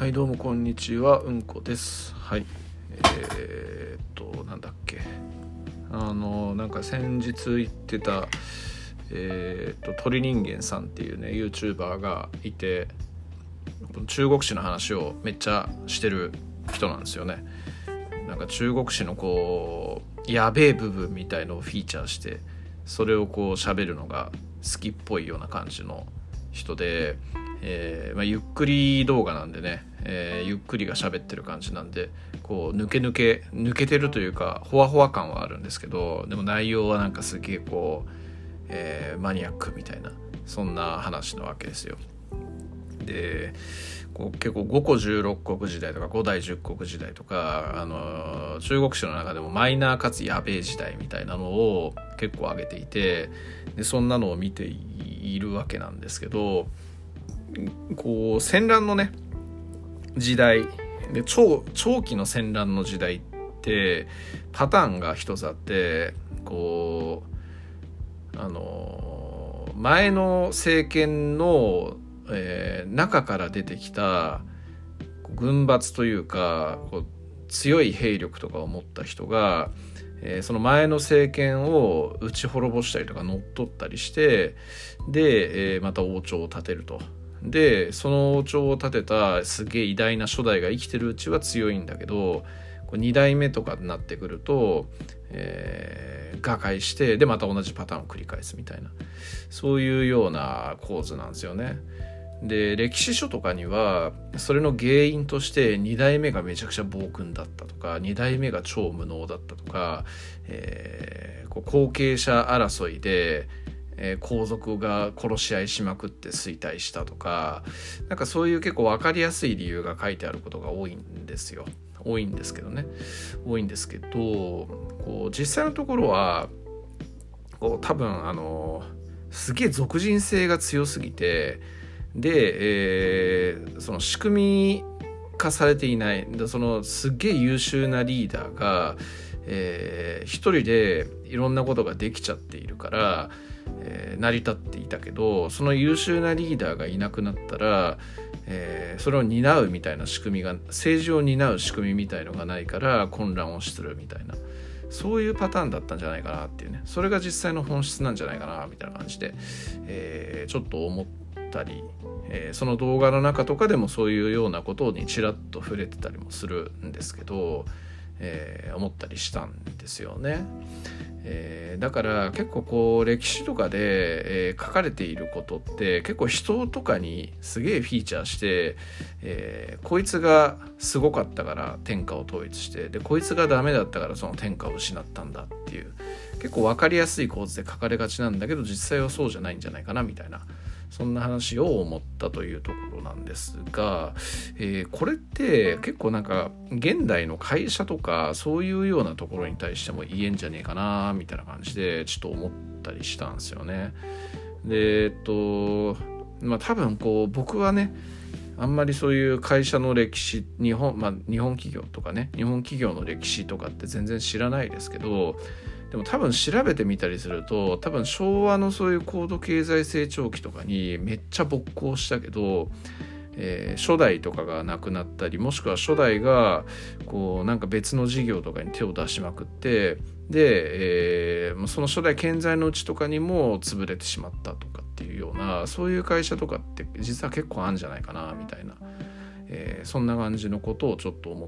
はい、どうもこんにちは、うんこです。はい。なんだっけ。なんか先日言ってた、鳥人間さんっていうね、YouTuber がいて、中国史の話をめっちゃしてる人なんですよね。なんか中国史のこう、やべえ部分みたいのをフィーチャーして、それをこう喋るのが好きっぽいような感じの人で、ゆっくり動画なんでね、ゆっくりが喋ってる感じなんでこう抜けてるというかほわほわ感はあるんですけど、でも内容はなんかすげえこう、マニアックみたいなそんな話なわけですよ。でこう結構5個16国時代とか5代10国時代とか、中国史の中でもマイナーかつやべえ時代みたいなのを結構挙げていて、でそんなのを見ているわけなんですけど、こう戦乱のね時代で長期の戦乱の時代ってパターンが一つあって、こう前の政権の、中から出てきた軍閥というかこう強い兵力とかを持った人が、その前の政権を打ち滅ぼしたりとか乗っ取ったりしてで、また王朝を建てると。でその王朝を建てたすげえ偉大な初代が生きてるうちは強いんだけど、2代目とかになってくると、瓦解してでまた同じパターンを繰り返すみたいな、そういうような構図なんですよね。で歴史書とかにはそれの原因として2代目がめちゃくちゃ暴君だったとか2代目が超無能だったとか、こう後継者争いで皇族が殺し合いしまくって衰退したとか、なんかそういう結構分かりやすい理由が書いてあることが多いんですけどこう実際のところはこう多分すげえ属人性が強すぎてで、その仕組み化されていないそのすげえ優秀なリーダーが、一人でいろんなことができちゃっているから成り立っていたけど、その優秀なリーダーがいなくなったら、それを担うみたいな仕組みが政治を担う仕組みみたいのがないから混乱をするみたいな、そういうパターンだったんじゃないかなっていうね、それが実際の本質なんじゃないかなみたいな感じで、ちょっと思ったり、その動画の中とかでもそういうようなことにちらっと触れてたりもするんですけど、思ったりしたんですよね。だから結構こう歴史とかで、書かれていることって結構人とかにすげえフィーチャーして、こいつがすごかったから天下を統一してでこいつがダメだったからその天下を失ったんだっていう結構分かりやすい構図で書かれがちなんだけど実際はそうじゃないんじゃないかなみたいな、そんな話を思ったというところなんですが、これって結構なんか現代の会社とかそういうようなところに対しても言えんじゃねえかなみたいな感じでちょっと思ったりしたんですよね。で多分こう僕はねあんまりそういう会社の歴史日本企業とかね日本企業の歴史とかって全然知らないですけど、でも多分調べてみたりすると多分昭和のそういう高度経済成長期とかにめっちゃ勃興したけど、初代とかがなくなったりもしくは初代がこうなんか別の事業とかに手を出しまくってで、その初代健在のうちとかにも潰れてしまったとかっていうようなそういう会社とかって実は結構あるんじゃないかなみたいな、そんな感じのことをちょっと思って、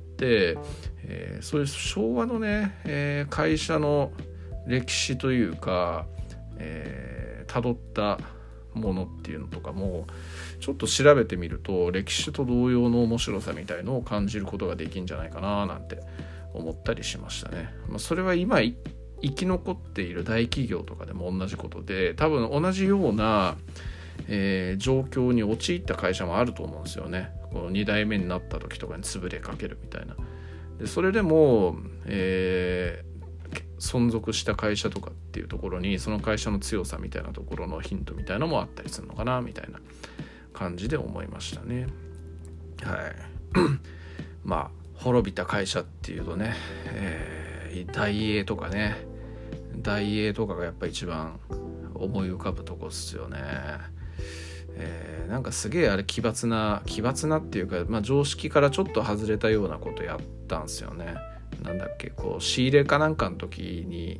そういう昭和のね、会社の歴史というか辿ったものっていうのとかもちょっと調べてみると歴史と同様の面白さみたいのを感じることができるんじゃないかななんて思ったりしましたね。それは今生き残っている大企業とかでも同じことで多分同じような、状況に陥った会社もあると思うんですよね。この2代目になった時とかに潰れかけるみたいな。でそれでも、存続した会社とかっていうところにその会社の強さみたいなところのヒントみたいなのもあったりするのかなみたいな感じで思いましたね。はい滅びた会社っていうとね、大英とかね大英とかがやっぱ一番思い浮かぶとこっすよね。 なんかすげえあれ奇抜なっていうか、常識からちょっと外れたようなことやったんですよね。なんだっけ、こう仕入れかなんかの時に、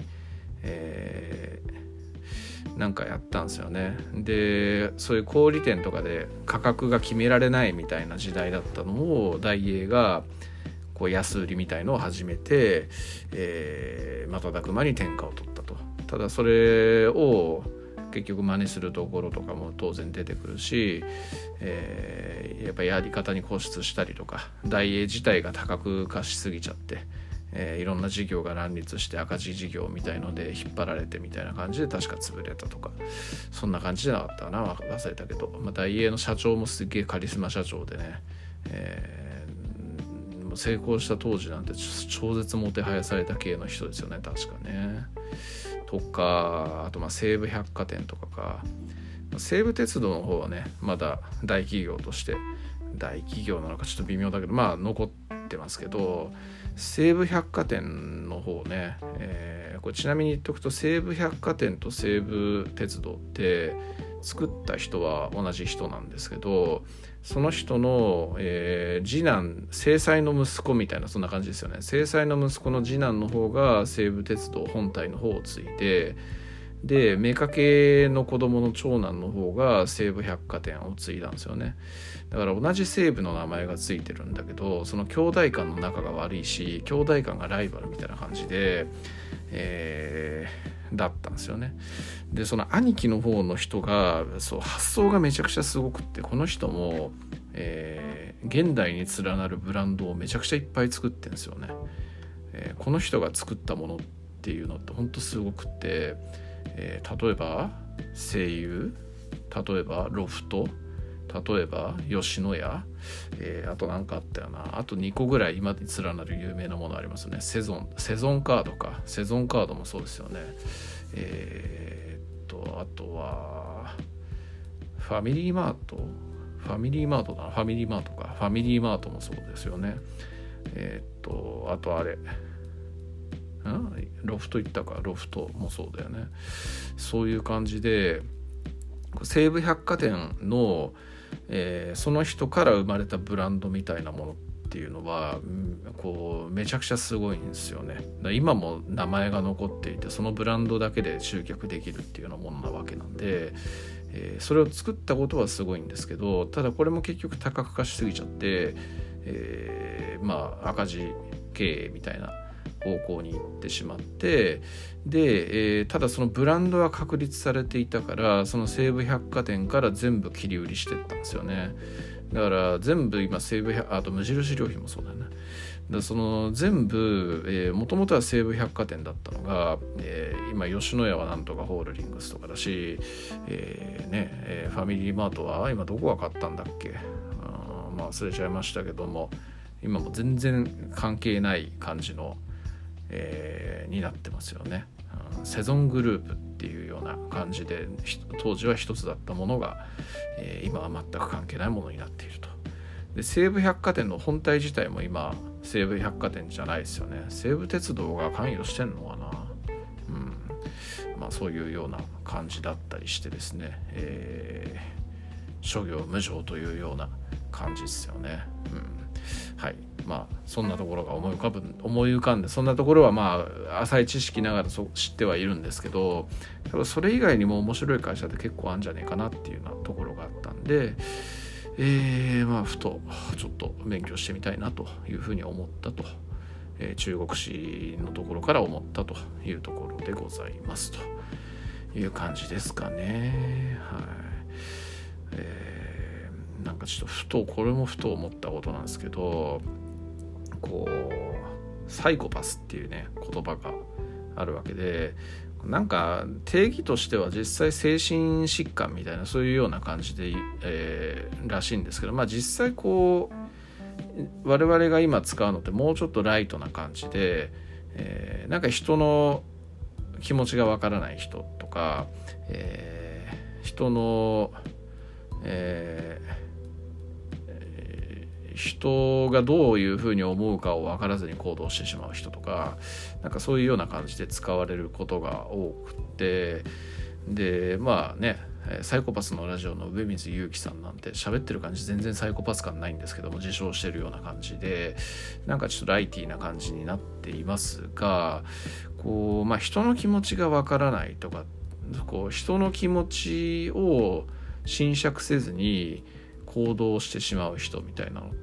なんかやったんですよね。でそういう小売店とかで価格が決められないみたいな時代だったのをダイエーがこう安売りみたいのを始めて、瞬く間に天下を取ったと。ただそれを結局真似するところとかも当然出てくるし、やっぱりやり方に固執したりとか、大英自体が多角化しすぎちゃって、いろんな事業が乱立して赤字事業みたいので引っ張られてみたいな感じで確か潰れたとか、そんな感じじゃなかったかな、忘れたけど、大英の社長もすげえカリスマ社長でね、成功した当時なんて超絶もてはやされた系の人ですよね、確かね。とか、あと西武百貨店とかか。西武鉄道の方はねまだ大企業として、大企業なのかちょっと微妙だけど残ってますけど、西武百貨店の方ね、これちなみに言っとくと、西武百貨店と西武鉄道って作った人は同じ人なんですけど、その人の、次男、正妻の息子みたいな、そんな感じですよね。正妻の息子の次男の方が西武鉄道本体の方を継いで、で妾の子供の長男の方が西武百貨店を継いだんですよね。だから同じ西武の名前がついてるんだけど、その兄弟間の仲が悪いし、兄弟間がライバルみたいな感じで、だったんですよね。でその兄貴の方の人が発想がめちゃくちゃすごくって、この人も、現代に連なるブランドをめちゃくちゃいっぱい作ってるんですよね。この人が作ったものっていうのって本当すごくって、例えば西友、例えばロフト、例えば吉野家、あと何かあったよな、あと2個ぐらい今に連なる有名なものありますね。セゾンカードか、セゾンカードもそうですよね。あとはファミリーマートか、ファミリーマートもそうですよね。あとあれロフト行ったか、ロフトもそうだよね。そういう感じで西武百貨店の、その人から生まれたブランドみたいなものっていうのは、こうめちゃくちゃすごいんですよね。今も名前が残っていて、そのブランドだけで集客できるっていうようなものなわけなんで、それを作ったことはすごいんですけど、ただこれも結局多角化しすぎちゃって、赤字経営みたいな方向に行ってしまって、で、ただそのブランドは確立されていたから、その西武百貨店から全部切り売りしてったんですよね。だから全部今あと無印良品もそうだよね。だからその全部もともとは西武百貨店だったのが、今吉野家はなんとかホールディングスとかだし、ファミリーマートは今どこが買ったんだっけ、忘れちゃいましたけども、今も全然関係ない感じのになってますよね。セゾングループっていうような感じで、当時は一つだったものが、今は全く関係ないものになっていると。で西武百貨店の本体自体も今西武百貨店じゃないですよね。西武鉄道が関与してんのかな、そういうような感じだったりしてですね、諸行無常というような感じですよね。はい、そんなところが思い浮かんで、そんなところは浅い知識ながら知ってはいるんですけど、多分それ以外にも面白い会社って結構あるんじゃねえかなっていうようなところがあったんで、ふとちょっと勉強してみたいなというふうに思ったと、中国史のところから思ったというところでございますという感じですかね。はい。なんかちょっとこれもふと思ったことなんですけど、こうサイコパスっていうね言葉があるわけで、なんか定義としては実際精神疾患みたいなそういうような感じで、らしいんですけど、実際こう我々が今使うのってもうちょっとライトな感じで、なんか人の気持ちがわからない人とか、人の、人がどういうふうに思うかを分からずに行動してしまう人とか、なんかそういうような感じで使われることが多くて、でサイコパスのラジオの上水祐樹さんなんて喋ってる感じ全然サイコパス感ないんですけども、自称してるような感じでなんかちょっとライティーな感じになっていますが、こう、人の気持ちがわからないとか、こう人の気持ちを侵釈せずに行動してしまう人みたいなのって、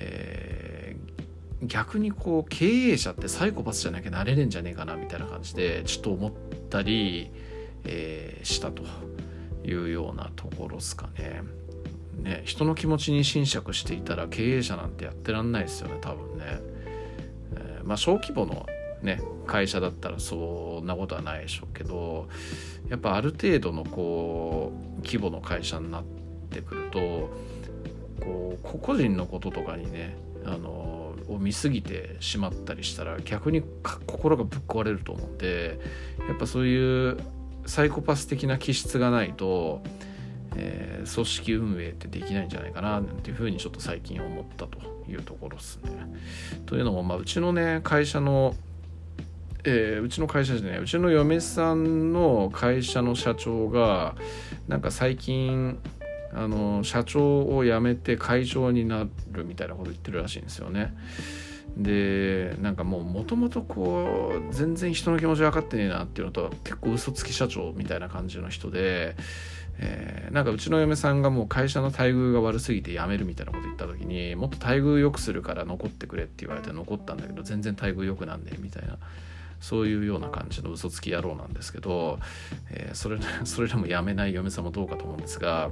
逆にこう経営者ってサイコパスじゃなきゃなれねえんじゃねえかなみたいな感じでちょっと思ったり、したというようなところですかね。人の気持ちに侵釈していたら経営者なんてやってらんないですよね、多分ね。小規模の会社だったらそんなことはないでしょうけど、やっぱある程度のこう規模の会社になってくると、こう個人のこととかにを見すぎてしまったりしたら逆に心がぶっ壊れると思うんで、やっぱそういうサイコパス的な気質がないと、組織運営ってできないんじゃないかなっていうふうにちょっと最近思ったというところですね。というのも、うちの会社のうちの会社じゃない、うちの嫁さんの会社の社長がなんか最近社長を辞めて会長になるみたいなこと言ってるらしいんですよね。でなんかもともとこう全然人の気持ち分かってねえなっていうのと、結構嘘つき社長みたいな感じの人で、なんかうちの嫁さんがもう会社の待遇が悪すぎて辞めるみたいなこと言った時に、もっと待遇良くするから残ってくれって言われて残ったんだけど全然待遇良くなんねえみたいな、そういうような感じの嘘つき野郎なんですけど、それでも辞めない嫁さんもどうかと思うんですが、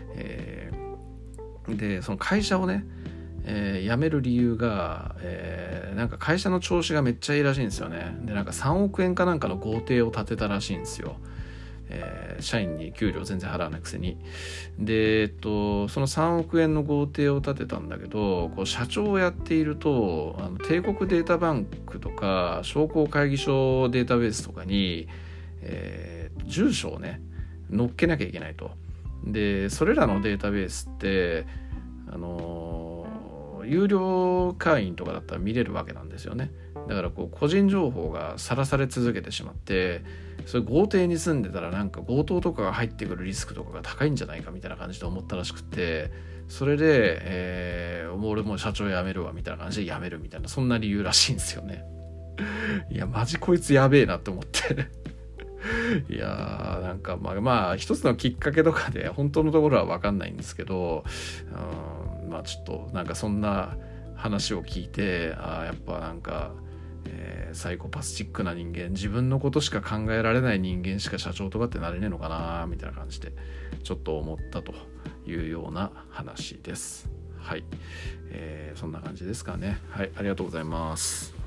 でその会社を辞める理由が、なんか会社の調子がめっちゃいいらしいんですよね。でなんか3億円かなんかの豪邸を建てたらしいんですよ。社員に給料全然払わないくせに。で、その3億円の豪邸を建てたんだけど、こう社長をやっていると帝国データバンクとか商工会議所データベースとかに、住所を載っけなきゃいけないと。でそれらのデータベースって有料会員とかだったら見れるわけなんですよね。だからこう個人情報がさらされ続けてしまって、それ豪邸に住んでたらなんか強盗とかが入ってくるリスクとかが高いんじゃないかみたいな感じで思ったらしくて、それで、俺もう社長辞めるわみたいな感じで辞めるみたいな、そんな理由らしいんですよね。いやマジこいつやべえなって思っていやなんか一つのきっかけとかで本当のところは分かんないんですけど、ちょっとなんかそんな話を聞いて、やっぱなんか、サイコパスチックな人間、自分のことしか考えられない人間しか社長とかってなれねえのかなみたいな感じでちょっと思ったというような話です。はい、そんな感じですかね。はい、ありがとうございます。